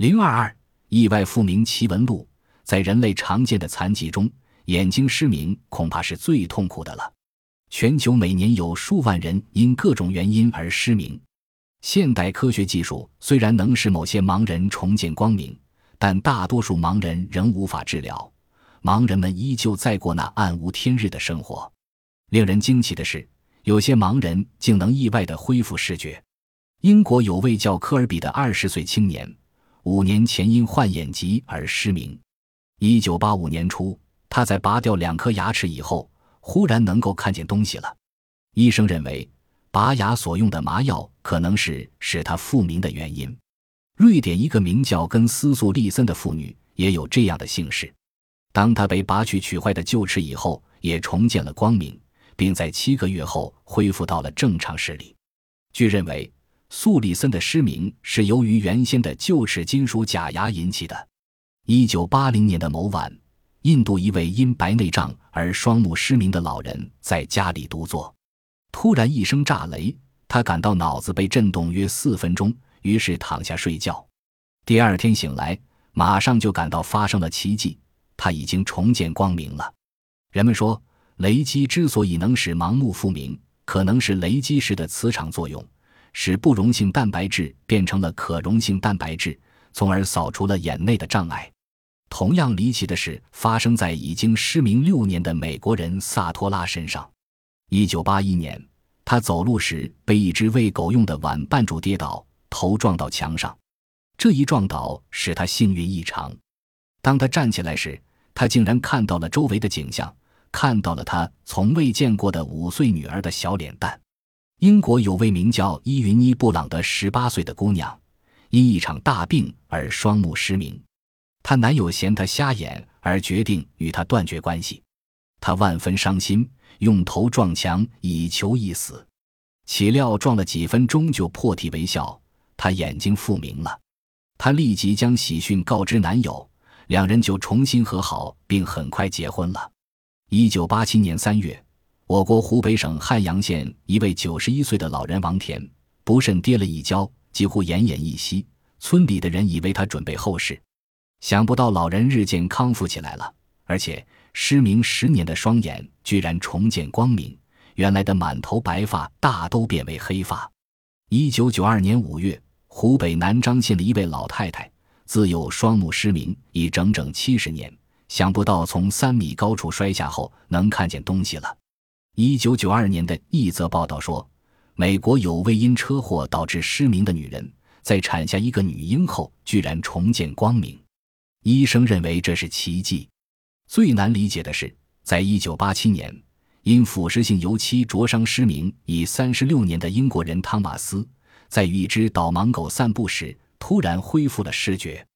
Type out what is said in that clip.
022意外复明奇闻录。在人类常见的残疾中，眼睛失明恐怕是最痛苦的了。全球每年有数万人因各种原因而失明。现代科学技术虽然能使某些盲人重见光明，但大多数盲人仍无法治疗，盲人们依旧在过那暗无天日的生活。令人惊奇的是，有些盲人竟能意外地恢复视觉。英国有位叫科尔比的20岁青年，5年前因患眼疾而失明。1985年初，他在拔掉2颗牙齿以后，忽然能够看见东西了。医生认为，拔牙所用的麻药可能是使他复明的原因。瑞典一个名叫根斯素利森的妇女也有这样的幸事。当她被拔去取坏的臼齿以后，也重见了光明，并在7个月后恢复到了正常视力。据认为，素利森的失明是由于原先的臼齿金属假牙引起的。1980年的某晚，印度一位因白内障而双目失明的老人在家里独坐，突然一声炸雷，他感到脑子被震动约4分钟，于是躺下睡觉。第二天醒来，马上就感到发生了奇迹，他已经重见光明了。人们说，雷击之所以能使盲目复明，可能是雷击时的磁场作用，使不溶性蛋白质变成了可溶性蛋白质，从而扫除了眼内的障碍。同样离奇的事发生在已经失明6年的美国人萨托拉身上。1981年，他走路时被一只喂狗用的碗绊住跌倒，头撞到墙上。这一撞倒使他幸运异常。当他站起来时，他竟然看到了周围的景象，看到了他从未见过的5岁女儿的小脸蛋。英国有位名叫伊云妮·布朗的18岁的姑娘，因一场大病而双目失明。她男友嫌她瞎眼而决定与她断绝关系。她万分伤心，用头撞墙以求一死。岂料撞了几分钟就破涕为笑，她眼睛复明了。她立即将喜讯告知男友，2人就重新和好，并很快结婚了。1987年3月，我国湖北省汉阳县一位91岁的老人王田不慎跌了一跤，几乎奄奄一息，村里的人以为他准备后事。想不到老人日渐康复起来了，而且失明10年的双眼居然重见光明，原来的满头白发大都变为黑发。1992年5月，湖北南漳县的一位老太太自幼双目失明已整整70年，想不到从3米高处摔下后能看见东西了。1992年的一则报道说，美国有位因车祸导致失明的女人，在产下一个女婴后居然重见光明。医生认为这是奇迹。最难理解的是，在1987年，因腐蚀性油漆灼伤失明已36年的英国人汤马斯，在与一只导盲狗散步时突然恢复了视觉。